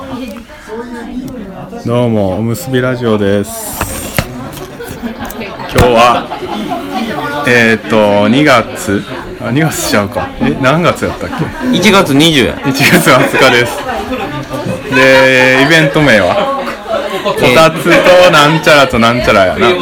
どうもおむすびラジオです。今日は2月ちゃうか、何月やったっけ。 1月20や。 1月20日です。でイベント名はこたつとなんちゃらとなんちゃらやな。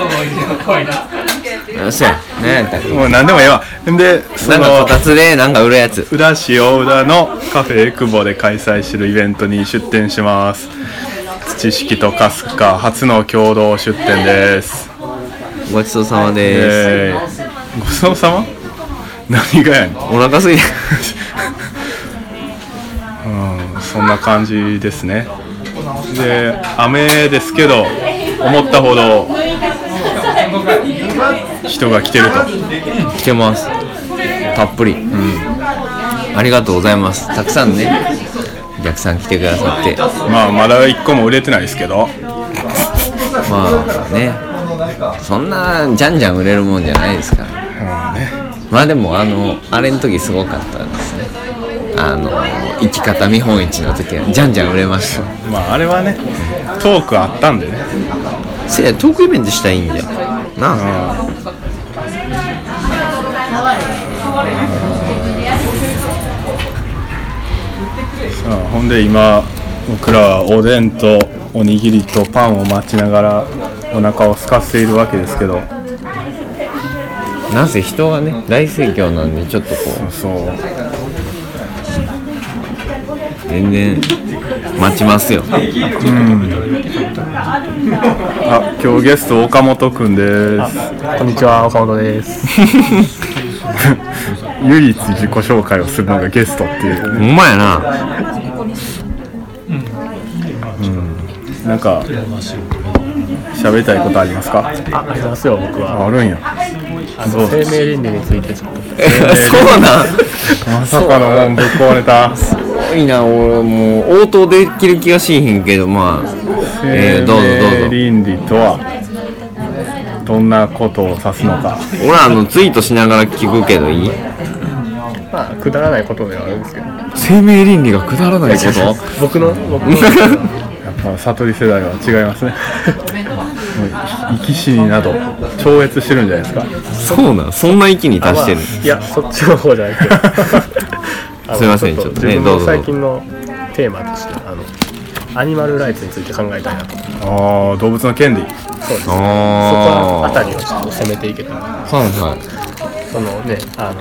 そうや、何やったっけ。 もう何でもええわ。でなんかこたつでなんか売るやつ。 宇田市大宇田のカフェエクボで開催するイベントに出店します。土式とかすか初の共同出店です。 ごちそうさまです。ごちそうさま？何がやねん。 お腹すいてそんな感じですね。で雨ですけど思ったほど人が来てると。 来てます、たっぷり、ありがとうございます。たくさんねお客さん来てくださって、 まだ1個も売れてないですけど、 まあね、そんなじゃんじゃん売れるもんじゃないですから、まあでもあれの時すごかったですね。生き方見本市の時はじゃんじゃん売れました。 あれはねトークあったんでね。 せや、トークイベントしたらいいんだよな。 ほんで今僕らはおでんとおにぎりとパンを待ちながらお腹を空かせているわけですけど、 なぜ人がね大盛況なんでちょっとこう全然待ちますよ。 今日ゲスト岡本くんです。 こんにちは、岡本です。 唯一自己紹介をするのがゲストっていう、 ほんまやな。 なんか喋りたいことありますか？ ありますよ、僕は。 あるんや。 生命倫理についてちょっと。 そうなん。 まさかのもんぶっ壊れた。 すごいな、俺もう応答できる気がしへんけど、まあ、どうぞどうぞ。 生命倫理とはどんなことを指すのか。 俺ツイートしながら聞くけどいい？ くだらないことではあるんですけど。 生命倫理がくだらないこと？ 僕のやっぱ悟り世代は違いますね。生き死になど超越してるんじゃないですか。 そうなん、そんな域に達してる。 いや、そっちの方じゃなくてすいません、ちょっとね、どうぞ。 最近のテーマとしてアニマルライツについて考えたいなと。 動物の権利。 そうですね。そこはあたりをちょっと攻めていけたら。そのね、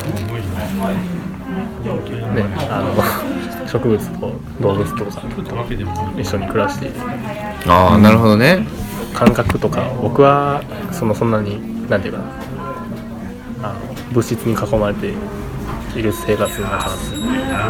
植物と動物とか一緒に暮らしている。 なるほどね。 感覚とか、僕はそんなになんていうかな、物質に囲まれている生活の中なんですよ。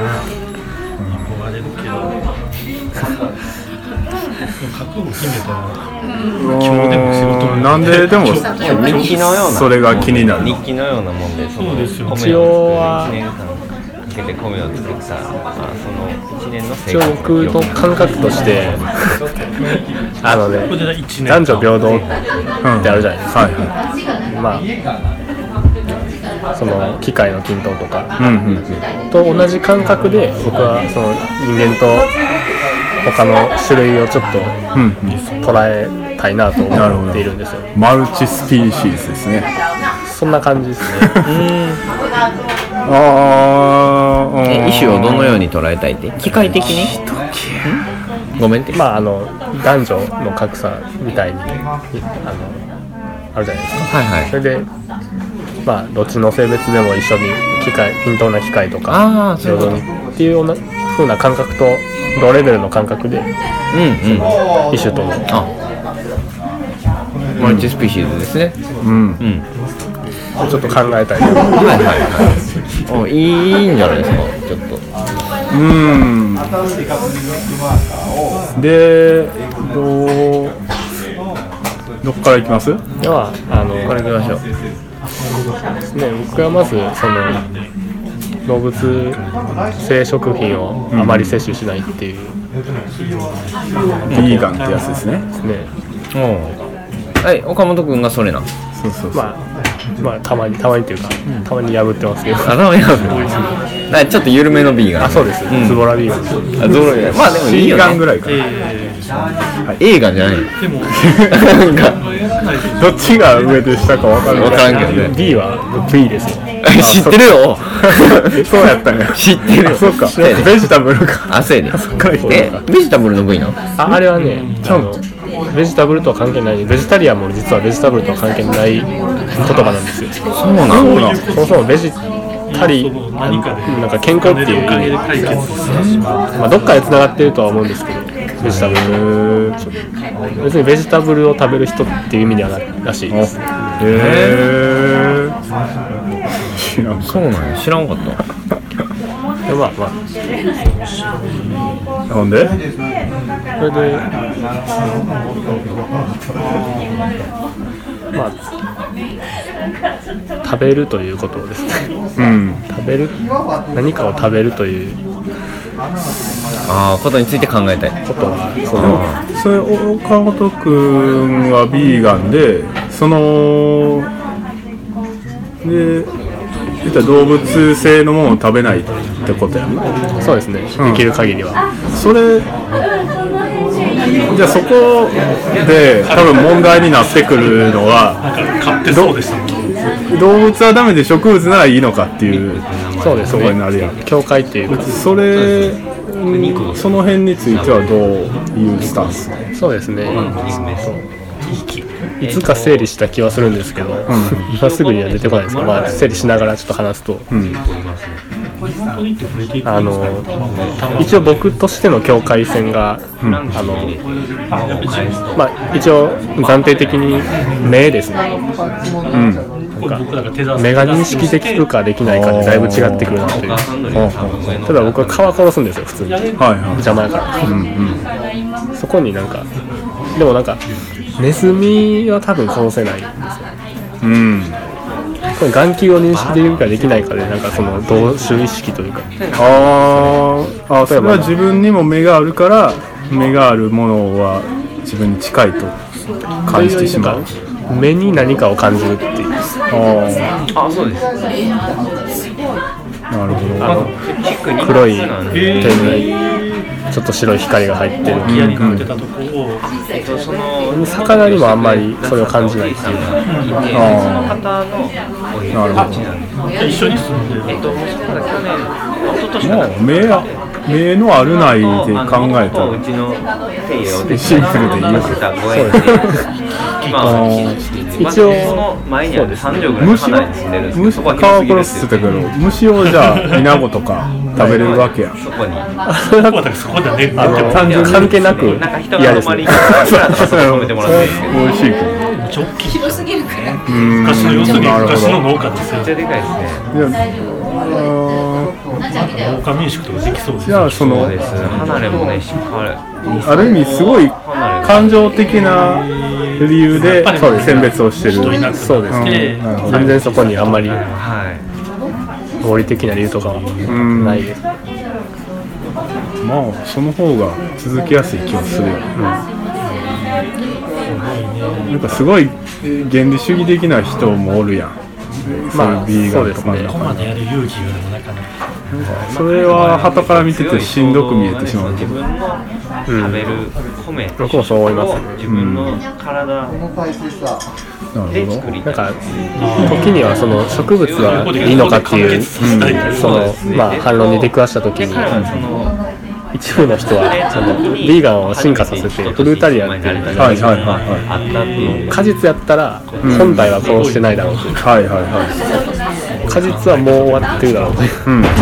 なんででも日記のような、 それが気になる。 日記のようなもんで、その米を1年間かけて米を作った、その1年の生活。 僕の感覚として男女平等ってあるじゃないですか。その機械の均等とか、と同じ感覚で僕はその人間と他の種類をちょっと捉えたいなと思っているんですよ。 マルチスピーシーズですね。 そんな感じですね。 意思をどのように捉えたいって？機械的に？ごめんって。 男女の格差みたいにあるじゃないですか。それでどっちの性別でも一緒に均等な機械とか平等にっていうような風な感覚と同レベルの感覚で、その異種とのマルチスピーシーズですね。 ちょっと考えたい。 いいんじゃないですか、ちょっと。 で、どこから行きます？ ではこれ行きましょう。 僕はまずその動物性食品をあまり摂取しないっていう、 ビーガンってやつですね。 はい、岡本君がそれな。 そう。 まあたまにっていうか、たまに破ってますけど。 たまに破ってます。ちょっと緩めのビーガン。 そうです。ズボラビーガン。 ズボラビーガン。まあでもいいよね。 ビーガンぐらいかな。 映画じゃない。なんかどっちが上で下か分からんけどね。 B は V ですよ。 知ってるよ。 そうやったね。 知ってるよ。 そうか。ベジタブルか。 そうやね。ベジタブルの部位なの？ あれはね、ベジタブルとは関係ない。ベジタリアンも実はベジタブルとは関係ない言葉なんですよ。 そうなの？ そもそもベジタリなんか健康っていう意味で、まあどっかで繋がってるとは思うんですけど、ベジタブル別にベジタブルを食べる人っていう意味ではないらしいです。 そうなんや、知らんかった。 でまあなんで？ それでまあ食べるということをですね、何かを食べるということについて考えたいことは、 それ岡本君はビーガンで、言ったら動物性のものを食べないってことやな。 そうですね、できる限りは。 それじゃあそこで多分問題になってくるのは、動物はダメで植物ならいいのかっていうそうですね、 ところになるやん。 境界っていうか、 その辺についてはどういうスタンス？ そうですね、いつか整理した気はするんですけど、今すぐには出てこないですけど、まあ、整理しながらちょっと話すと、一応僕としての境界線が、まあ、一応暫定的に目ですね、なんか目が認識できるかできないかでだいぶ違ってくるなという。ただ僕は蚊は殺すんですよ普通に、邪魔やから、そこになんかでもなんかネズミは多分殺せないんですよ。これ眼球を認識できるかできないかで、なんかその同種意識というか、 それは自分にも目があるから、目があるものは自分に近いと感じてしまう。 目に何かを感じるっていう。 そうです。 なるほど。 黒い点にちょっと白い光が入ってる。魚にもあんまりそれを感じないっていう。 なるほど。 一緒に住んでる。 もう目のあるないで考えたらシンプルでいいよ。 一応そうですね。 虫を蚊を殺すって言ったけど、虫をじゃあイナゴとか食べれるわけやん。 単純関係なく嫌ですね。 美味しいけど。 広すぎるから。昔の要するに昔の農家ですよ。めっちゃでかいですね。農家民宿とかできそうです。 じゃあ離れもね、 ある意味すごい感情的な理由で選別をしてる。 そうですね。全然そこにあんまり合理的な理由とかはないです。 まあその方が続きやすい気はするよ。なんかすごい原理主義的な人もおるやん。 まあビーガンとかここまでやる勇気がでもなかなか。 それは傍から見ててしんどく見えてしまうけど。 食べる米、 僕もそう思いますね。 自分の体なるほど。 なんか時にはその植物はいいのかっていうそのまあ反論に出くわした時に、一部の人はそのビーガンを進化させてフルータリアンっていうのが果実やったら本体は殺してないだろうという、果実はもう終わってるだろうという、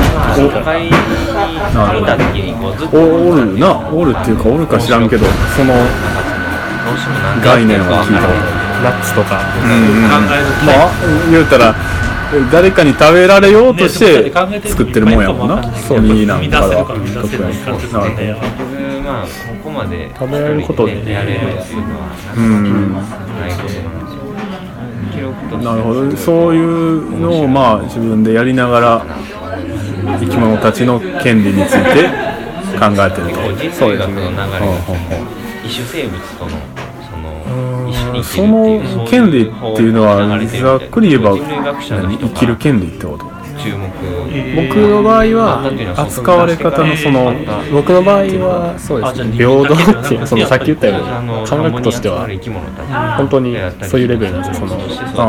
おるな、おるっていうかおるか知らんけど、その概念を聞いたことナッツとか、 まあ言うたら誰かに食べられようとして作ってるもんやもんな。そうミーなんかは特に。 まあここまで食べられることでやれるっていうのはないことなんですよ。 なるほど。そういうのをまあ自分でやりながら生き物たちの権利について考えてると。 そうですね。一種生物とのその一緒にその権利っていうのはざっくり言えば生きる権利ってこと？ 僕の場合は扱われ方のその僕の場合はそうですね、平等っていうそのさっき言ったように感覚としては本当にそういうレベルなんですよ。その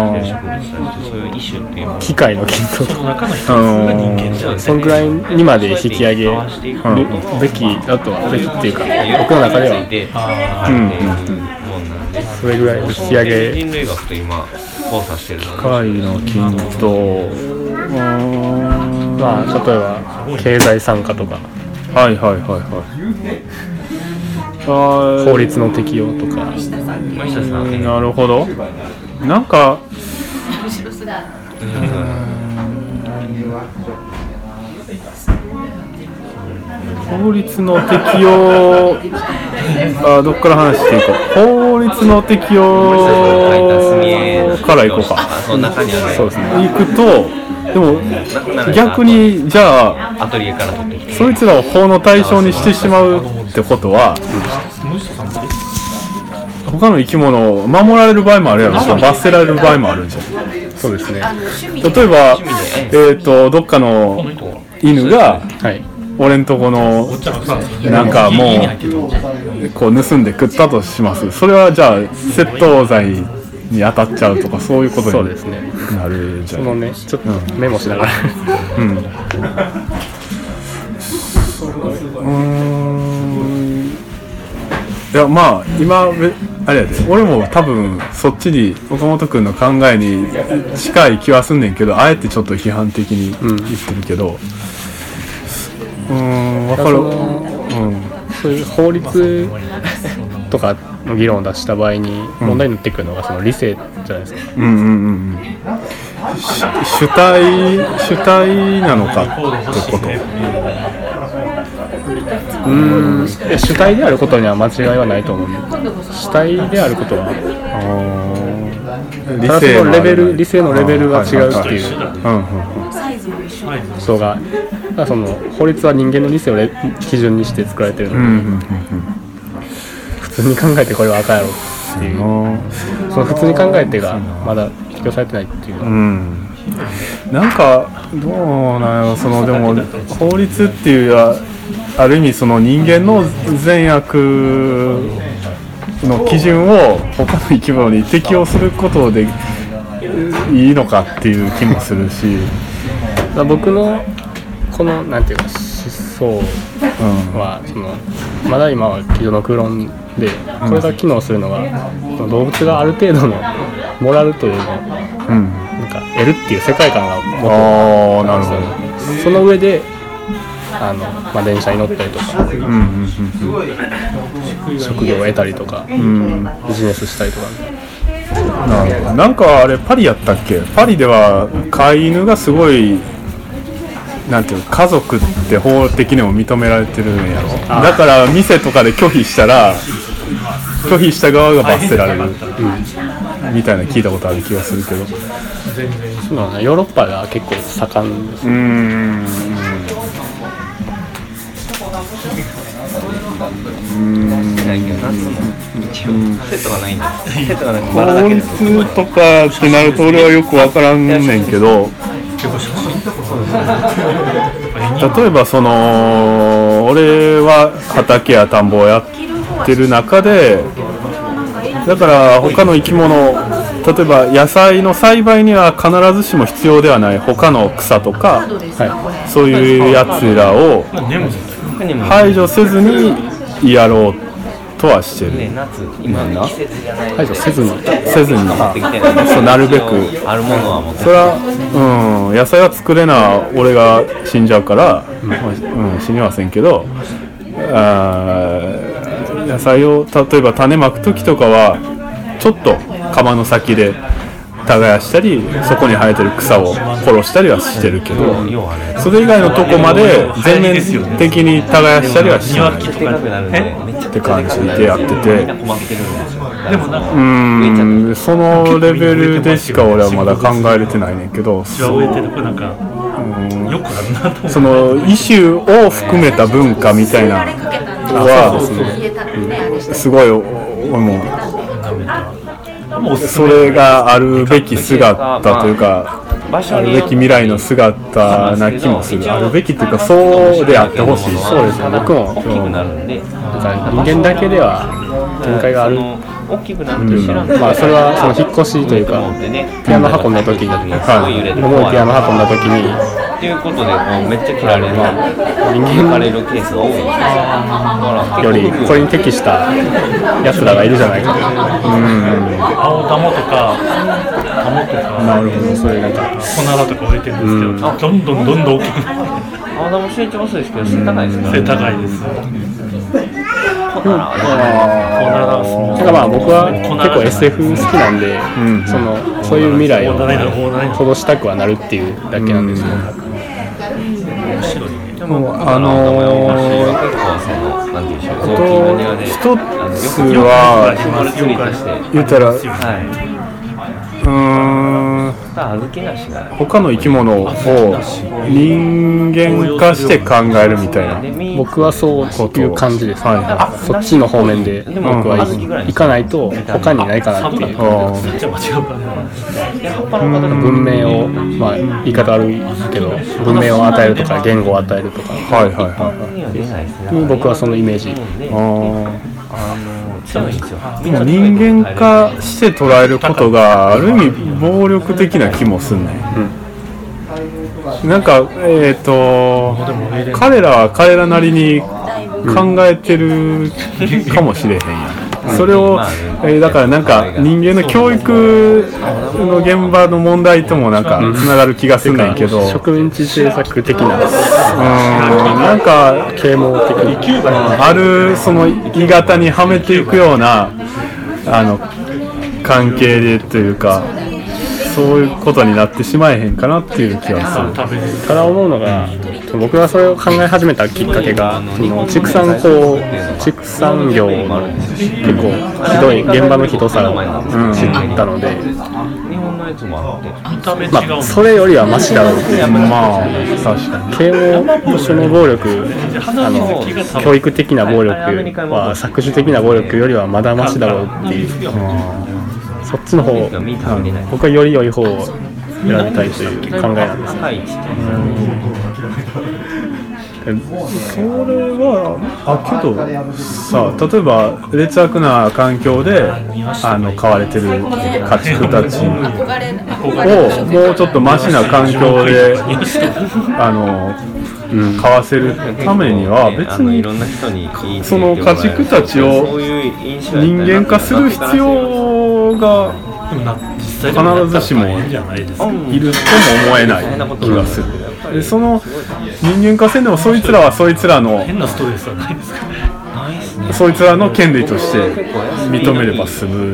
機械の均等とそのぐらいにまで引き上げるべきだとはべきっていうか僕の中ではそれぐらい引き上げ機械の均等まあ例えば経済参加とか法律の適用とかなるほど。なんか法律の適用どっから話していいか。法律の適用からいこうか。そうですね。行くとでも逆にじゃあそいつらを法の対象にしてしまうってことは他の生き物を守られる場合もあるやろし罰せられる場合もあるんじゃん。 そうですね。 例えばどっかの犬が俺んとこのなんかもうこう盗んで食ったとします。それはじゃあ窃盗罪に当たっちゃうとかそういうことになるじゃん。 そのねちょっとメモしながらいやまあ今あれやで俺も多分そっちに岡本君の考えに近い気はすんねんけどあえてちょっと批判的に言ってるけど分かる。 そういう法律とかの議論を出した場合に問題になってくるのがその理性じゃないですか。 主体なのかってこと。 主体であることには間違いはないと思う。主体であることはただそのレベル理性のレベルが違うっていうことがその法律は人間の理性を基準にして作られてるので普通に考えてこれはあかんやろっていうその普通に考えてがまだ適用されてないっていうなんかどうなんやろ。そのでも法律っていうある意味その人間の善悪の基準を他の生き物に適用することでいいのかっていう気もするし僕のこのなんていうか思想はそのまだ今は机上の空論でこれが機能するのは動物がある程度のモラルというのをなんか得るっていう世界観がもっとその上で電車に乗ったりとか職業を得たりとかビジネスしたりとかなんかあれパリやったっけ。パリでは飼い犬がすごいなんていう家族って法的にも認められてるんやろ。だから店とかで拒否したら拒否した側が罰せられるみたいな聞いたことある気がするけどヨーロッパが結構盛んです。法律とかってなると俺はよく分からんねんけど例えばその俺は畑や田んぼをやってる中でだから他の生き物例えば野菜の栽培には必ずしも必要ではない他の草とか、そういうやつらを排除せずにやろうとはしてる。 排除せずにそうなるべくそれは、野菜は作れな俺が死んじゃうから、死にはせんけど野菜を例えば種まく時とかはちょっと釜の先で耕したりそこに生えてる草を殺したりはしてるけどそれ以外のとこまで全面的に耕したりはしないって感じでやっててそのレベルでしか俺はまだ考えれてないねんけどそのイシューを含めた文化みたいなのはすごい俺もそれがあるべき姿というか、あるべき未来の姿な気もする。あるべきっていうか、そうであってほしい。 そうですね、僕も人間だけでは限界がある。まあそれはその引っ越しというか、ピアノ運んだ時に、重いピアノ運んだ時にっていうことでこうめっちゃ切られる、 人間切られるケースが多いんですよりこれに適したやつらがいるじゃないかと。 青タモとかタモとか、 なるほど、そういうなんかコナラとか置いてるんですけど、どんどん大きくなる。 青タモ成長するんですけど背高いですから、 背高いです。 なんかまあ僕は結構 SF 好きなんで、そういう未来を戻したくはなるっていうだけなんですよ。 でも一つは言ったら、他の生き物を人間化して考えるみたいな。 僕はそういう感じです、そっちの方面で僕は行かないと他にないかなっていう。文明を、まあ言い方悪いけど文明を与えるとか言語を与えるとか、僕はそのイメージ。 でも人間化して捉えることがある意味暴力的な気もすんね、なんか彼らは彼らなりに考えてるかもしれへんやん、それを、だからなんか人間の教育の現場の問題ともなんかつながる気がするんだけど、 植民地政策的な、 なんか啓蒙的な、 あるその鋳型にはめていくような関係でというか、そういうことになってしまえへんかなっていう気がする。 ただ思うのが、僕がそれを考え始めたきっかけが、畜産業の結構ひどい現場のひどさを知ったので、まあそれよりはマシだろうっていう、まあ確かに啓蒙その暴力、教育的な暴力は搾取的な暴力よりはまだマシだろうっていう、そっちの方、僕はより良い方を選びたいという考えなんです。 それはけどさ、例えば劣悪な環境で飼われてる家畜たちをもうちょっとマシな環境で飼わせるためには別にその家畜たちを人間化する必要が必ずしもいるとも思えない気がする。でその人間化せんでもそいつらはそいつらの変なストレスはないですかね。 そいつらの権利として認めれば済む。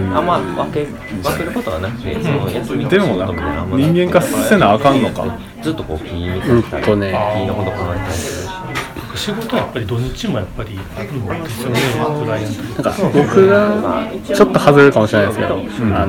でもなんか人間化せなあかんのか。 ずっとこう気に見てたり、気のこと考えたりするし。 仕事はやっぱり土日もやっぱりあるんですよね。 なんか僕がちょっと外れるかもしれないですけど、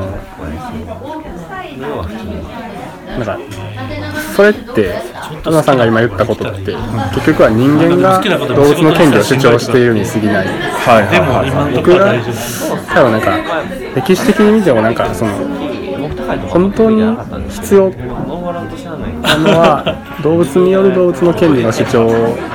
なんかそれって東さんが今言ったことって結局は人間が動物の権利を主張しているに過ぎない。僕が多分なんか歴史的に見てもなんかその本当に必要なのは動物による動物の権利の主張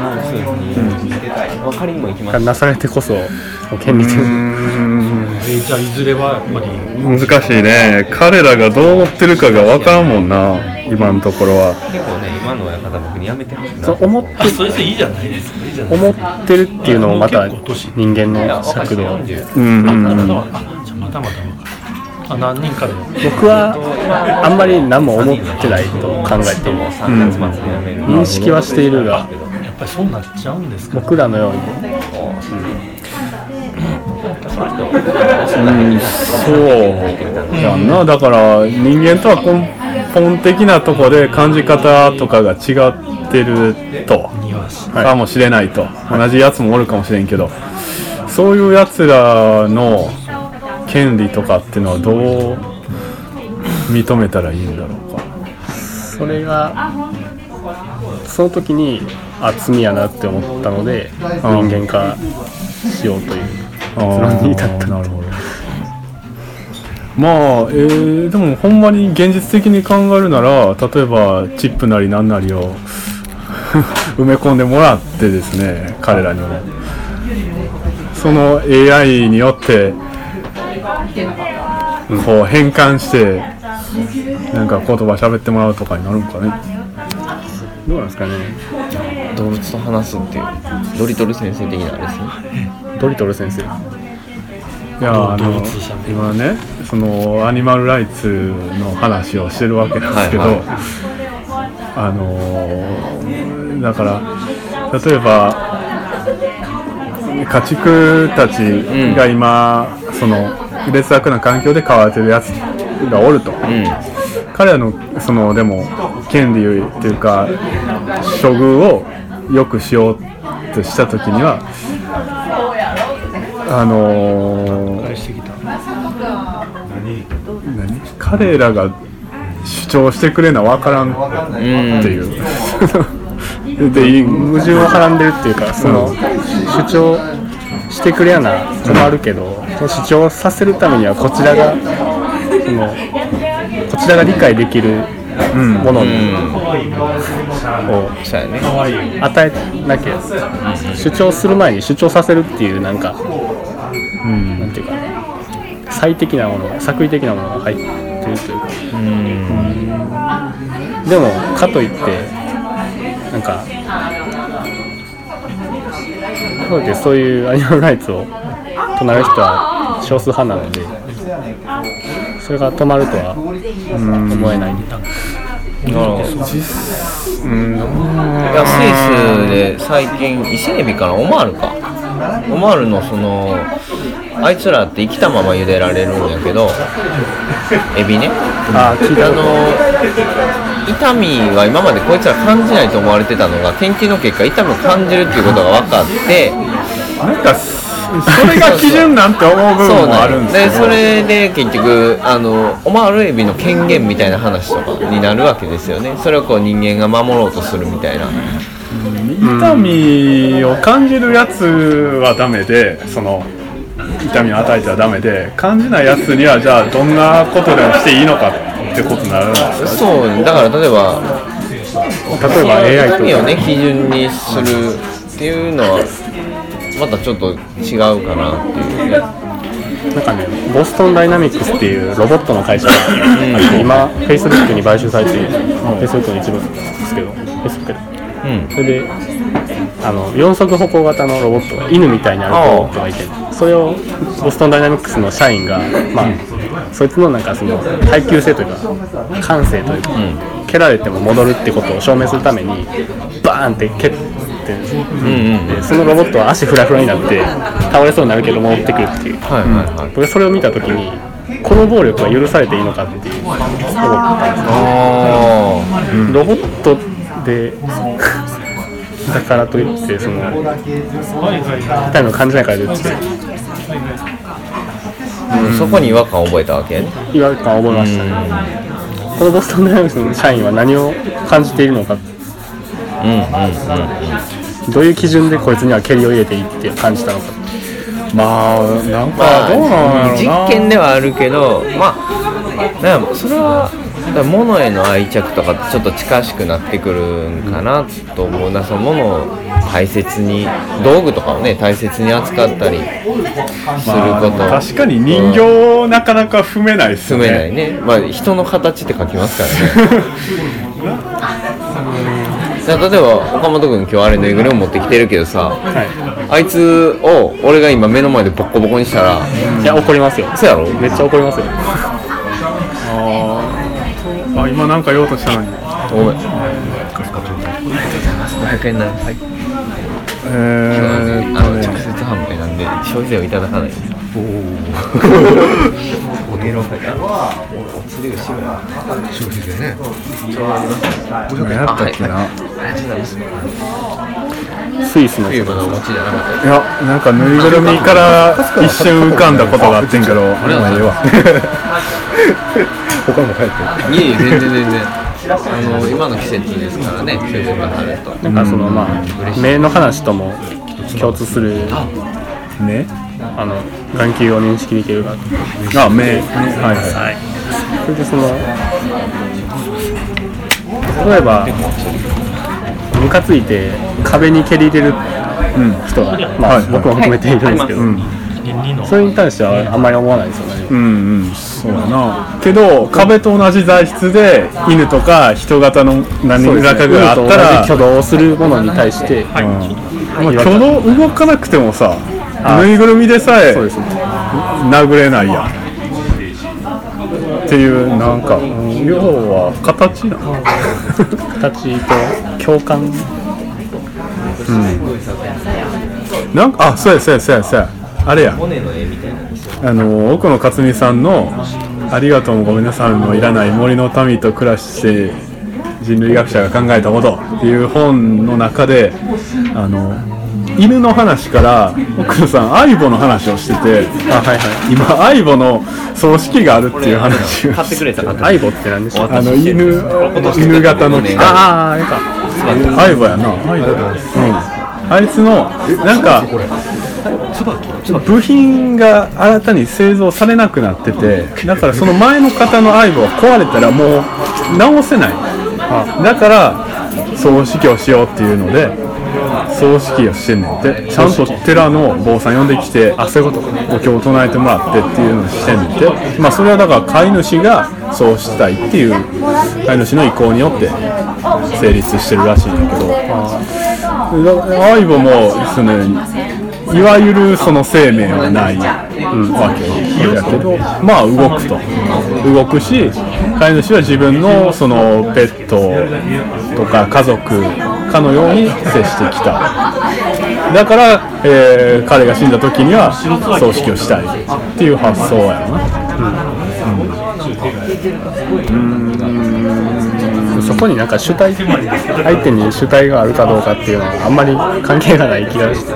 がなされてこそ権利的じゃあいずれはやっぱり難しいね。彼らがどう思ってるかが分からんもんな、今のところは。 結構ね、今の親方僕にやめてほしいな。 それでいいじゃないですか。 思ってるっていうのもまた人間の尺度。 じゃあまた何人かで僕はあんまり何も思ってないと考えても、認識はしているが、 やっぱりそうなっちゃうんですか。 僕らのように。 そうやんな。だから人間とは根本的なところで感じ方とかが違ってるとかもしれないと、同じやつもおるかもしれんけど、そういうやつらの権利とかっていうのはどう認めたらいいんだろうか。 それがその時に罪やなって思ったので人間化しようという結論に至った。 なるほど。 まあ、でもほんまに現実的に考えるなら、例えばチップなりなんなりを埋め込んでもらってですね、彼らにもその AI によってこう変換してなんか言葉喋ってもらうとかになるんかね。どうなんですかね。 動物と話すっていうドリトル先生的なあれですね。 ドリトル先生、 いや今ね、そのアニマルライツの話をしてるわけなんですけど、だから例えば家畜たちが今、その劣悪な環境で飼われてるやつがおると、彼らのそのでも権利というか処遇を良くしようとした時には彼らが主張してくれな分からんっていう、 で矛盾をはらんでるっていうか、その主張してくれやな困るけど、その主張させるためにはこちらが理解できるものを与えなきゃ、主張する前に主張させるっていうなんか、なんていうか最適なもの、作為的なものが入ってるというか、でもかといってなんかそういうアニマルライツを唱える人は少数派なので、それが止まるとは思えない。 いや、スイスで最近伊勢エビかな、オマールのそのあいつらって生きたまま茹でられるんやけど、エビね、痛みは今までこいつら感じないと思われてたのが、研究の結果痛みを感じるっていうことが分かって、 なんかそれが基準なんて思う部分もあるんですけど、 それで結局オマールエビの権限みたいな話とかになるわけですよね。それをこう人間が守ろうとするみたいな。 痛みを感じるやつはダメで、その痛みを与えてはダメで、感じないやつにはじゃあどんなことでもしていいのかってことになるんですか。 そうだから例えば AI と痛みをね基準にするっていうのはまたちょっと違うかなっていうね。 なんかね、ボストンダイナミックスっていうロボットの会社があって、今 Facebook に買収されている、Facebook の一部ですけど、Facebook で、それで4足歩行型のロボットが、犬みたいにあるロボットがいて、それをボストンダイナミックスの社員が、そいつのなんかその耐久性というか感性というか、蹴られても戻るってことを証明するためにバーンって蹴ってるんですよ、でそのロボットは足フラフラになって倒れそうになるけど戻ってくるっていう、僕それを見たときにこの暴力は許されていいのかっていう思ったんですよ。ロボットでだからといってその痛みを感じないからといって、 そこに違和感を覚えたわけね。 違和感を覚えましたね。このボストンダイナミックスの社員は何を感じているのか、どういう基準でこいつには蹴りを入れていいって感じたのか。 なんかどうなの、 実験ではあるけど、それは物への愛着とかちょっと近しくなってくるんかなと思うな。その物を大切に、道具とかをね大切に扱ったりすること、 確かに人形なかなか踏めないですよね。 踏めないね。人の形って書きますからね。例えば岡本君今日あれぬいぐるみ持ってきてるけどさ、あいつを俺が今目の前でボッコボコにしたら、 いや怒りますよ。 そうやろ、 めっちゃ怒りますよ。 今なんか言おうとしたのに。 ごめん。500円な。はい。直接販売なんで消費税をいただかない。おゲロ会か。お釣りがしめ。 消費税ね。 500円やったっけな。 スイスの人のお餅じゃなかった。 いや、なんかぬいぐるみから一瞬浮かんだことがあってんけど、まあいいわ。他も帰って。 いえ、全然。今の季節ですからね、季節が春と。 なんかその目の話とも共通するね。 眼球を認識できるか。 目、はいはい。 それで例えばムカついて壁に蹴り入れる人が、僕も含めているんですけど、それに対してはあんまり思わないですよね。 そうだな。けど壁と同じ材質で犬とか人型の何らかがあったら、 挙動をするものに対して、 挙動動かなくてもさ、ぬいぐるみでさえ殴れないやんっていう、なんか要は形なの形と共感、 なんかそうやあれや、奥野克美さんのありがとうもごめんなさいのいらない森の民と暮らして人類学者が考えたことっていう本の中で、犬の話から奥野さんアイボの話をしてて、今アイボの葬式があるっていう話をしてて、 アイボって何でしょう。 犬型の機械、 あれか、 アイボやな、あいつのなんか部品が新たに製造されなくなってて、だからその前の型のアイボが壊れたらもう直せない、だから葬式をしようっていうので葬式をしてんねんって。ちゃんと寺の坊さん呼んできて、そういうことか、お経を唱えてもらってっていうのをしてんねんって。それはだから飼い主がそうしたいっていう飼い主の意向によって成立してるらしいんだけど、アイボもですね、いわゆるその生命はないわけだけど、動くし、飼い主は自分のそのペットとか家族かのように接してきた。だから、彼が死んだ時には葬式をしたいっていう発想やな。 そこになんか相手に主体があるかどうかっていうのはあんまり関係がない気がして、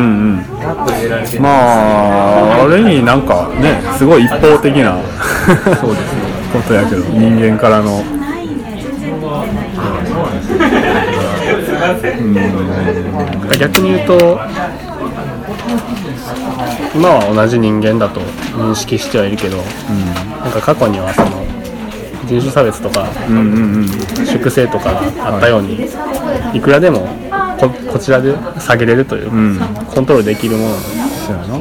あれになんかね、すごい一方的なことやけど、人間からの逆に言うと、今は同じ人間だと認識してはいるけど、なんか過去にはその人種差別とか、粛清とかがあったように、いくらでも こちらで下げれるという、コントロールできるものなんですよね。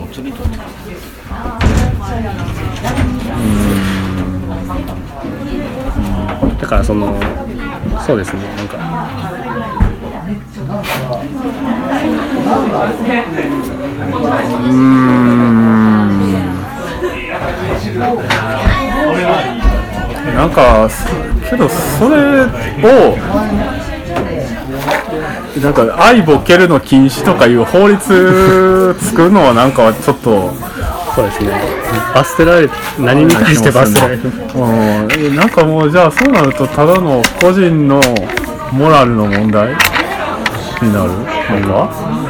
だからそうですね、なんかなんかけどそれをなんか愛ボケるの禁止とかいう法律作るのはなんかちょっとそうですね、罰せられる、何に対して罰せられる、 なんかもうじゃあそうなるとただの個人のモラルの問題になるのか。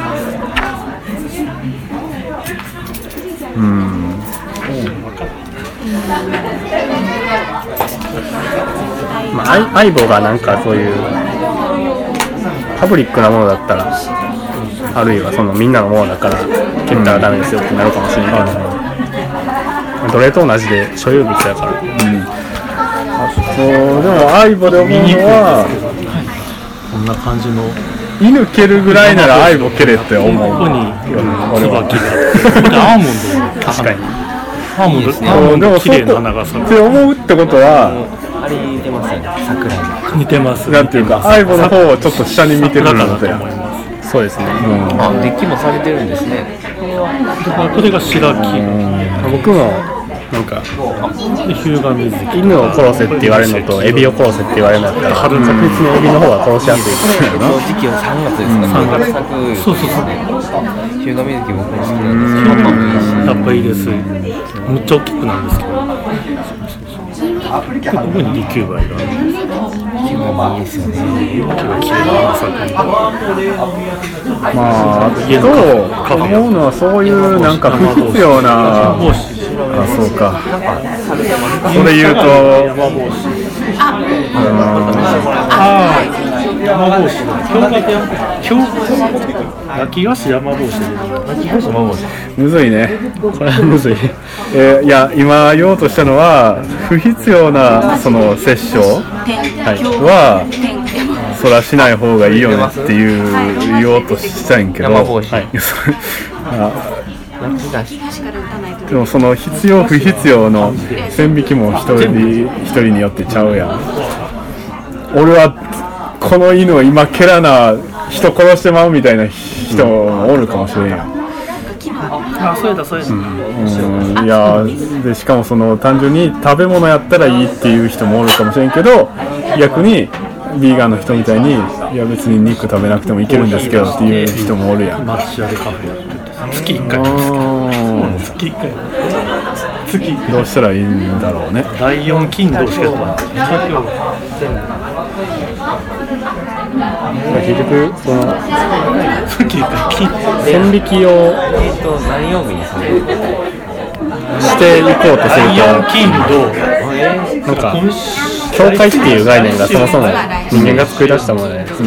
相棒がなんかそういうパブリックなものだったら、あるいはそのみんなのものだから蹴ったらダメですよってなるかもしれないけど、奴隷と同じで所有物だから。 でも相棒で思うのは、 こんな感じの犬蹴るぐらいなら相棒蹴れって思う。 ここに俺はここでアーモンド、 確かにアーモンド綺麗な花が咲くって思うってことは、 あれ似てますよね、桜に似てます。 なんていうか相棒の方をちょっと下に見てるので、 そうですね。 あ、デッキもされてるんですね。 これが白木。 僕もなんかヒューガ水木。 犬を殺せって言われるのとエビを殺せって言われるのだったら、確実にエビの方が殺しやすいですよね。 時期は3月ですか。3月咲く。 そうそうそう。 ヒューガ水木も好きなんですけど、 やっぱいいです。むっちゃ大きくなるんですけど。ここに利休梅がある。 気分いいですよね。 木が綺麗な花咲く。 思うのはそういうなんか不必要な、そうか。それ言うと、 山帽子焼き菓子山帽子むずいね。 これはむずい。 いや今言おうとしたのは不必要なその殺生はそらしない方がいいよねっていう言おうとしたいんけど、でもその必要不必要の線引きも一人によってちゃうやん。俺はこの犬を今蹴らな人殺してまうみたいな人もおるかもしれんやん。いやでしかもその単純に食べ物やったらいいっていう人もおるかもしれんけど、逆にビーガンの人みたいにいや別に肉食べなくてもいけるんですけどっていう人もおるやん。 マッシュアでカフェやってて月1回月1回どうしたらいいんだろうね。 第4金土しかやってない結局その線引きを何曜日にそれしていこうとすると、 金土なんか教会っていう概念がそもそも人間が作り出したものじゃないですか。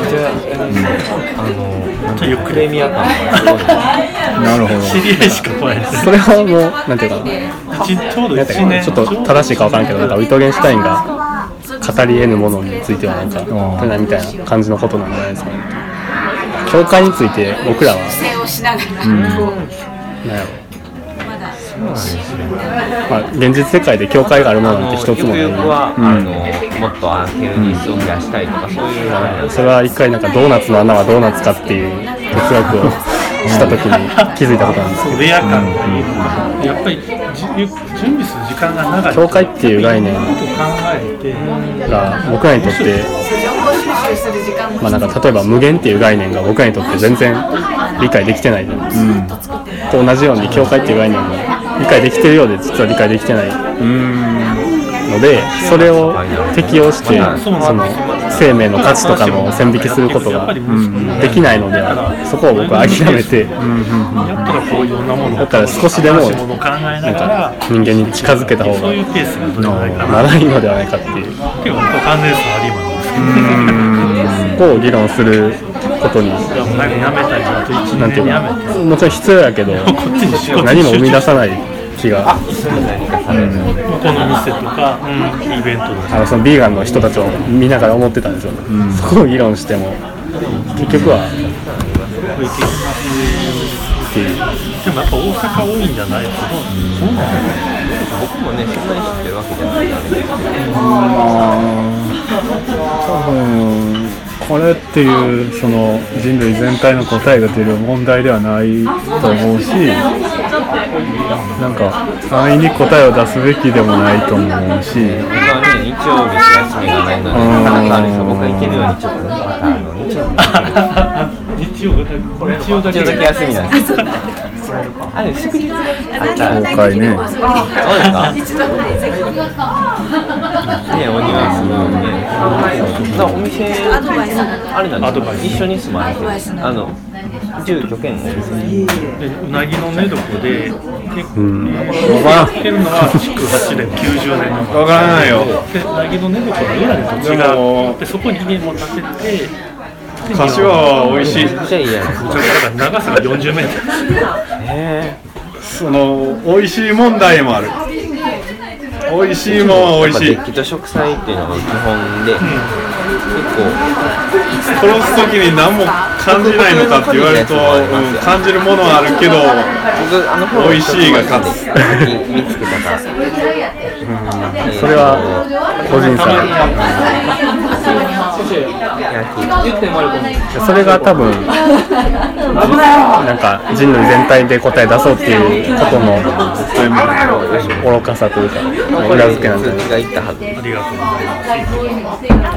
ゆっくりミア感がすごい。 なるほど。 知り合いしか来ない。 それはもうなんていうかな、 ちょうど1年ちょっと正しいか分からんけど、なんかウィトゲンシュタインが語り得ぬものについてはなんかみたいな感じのことなんじゃないですかね。教会について僕らはなんやろ、まあ、現実世界で教会があるものなんて一つもない。 もっとアーケルニスを増やしたいとかそういう、 それは一回なんかドーナツの穴はドーナツかっていう哲学をしたときに気づいたことなんですけど、 レア感っていうやっぱり準備する時間が長い。 教会っていう概念が僕らにとって、まあ、なんか例えば無限っていう概念が僕らにとって全然理解できてないじゃないですか。と同じように教会っていう概念も理解できてるようで実は理解できてないので、それを適用してその生命の価値とかの線引きすることができないので、そこを僕は諦めて、だったら少しでもなんか人間に近づけた方がいいのではないかっていうを議論することに、なんていうか、もちろん必要やけど何も生み出さない気が、 この店とか、イベントとかそのビーガンの人たちを見ながら思ってたんですよね。そこを議論しても結局はっていう。 でもやっぱ大阪多いんじゃないですか。 僕もねそんなに知ってるわけじゃないからね。これっていうその人類全体の答えが出る問題ではないと思うし、なんか安易に答えを出すべきでもないと思うし、 僕はね日曜日しか休みがないので、僕が行けるようにちょっと日曜だけ休みなんです。あれ祝日があった公開ね。 そうですか。ね、お庭すごいね。お店あれなんですか。一緒に住まれてる。住居兼お店。 うなぎの寝床で結構やってるのは築8年90年の。 わからないよ。 でうなぎの寝床の裏で土地があってそこに家も建てて。 柏は美味しい。 めっちゃいいやん。 長さが40メートル。 その美味しい問題もある。美味しいもんは美味しい。 デッキと植栽っていうのが基本で、結構殺す時に何も感じないのかって言われると、感じるものはあるけど、美味しいが勝つ。 見つけたから。 それは個人差。それが多分なんか人類全体で答え出そうっていうことの愚かさというか裏付けなんじゃないですか。 ありがとうございます。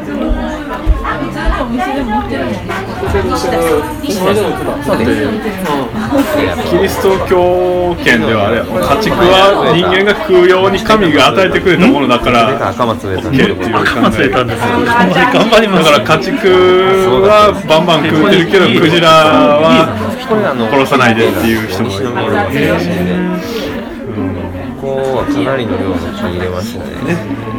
キリスト教圏ではあれ、家畜は人間が食うように神が与えてくれたものだから赤松植えたんっていう考えたんですよ。頑張ります。 だから家畜はバンバン食うてるけどクジラは殺さないでっていう人もいるわけだし、 こはかなりの量の木入れましたね。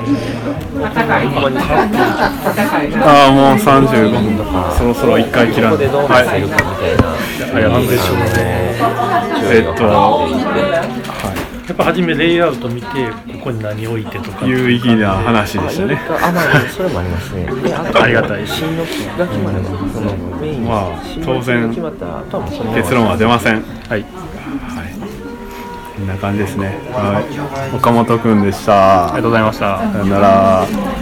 ああもう35分とかそろそろ1回切らんと。 はい。ありがとうございます。やっぱ初めレイアウト見てここに何置いてとか有意義な話でしたね。 それもありますね。 ありがたいし、 まあ当然結論は出ません。 はい。 こんな感じですね。はい。岡本くんでした。 ありがとうございました。 さよなら。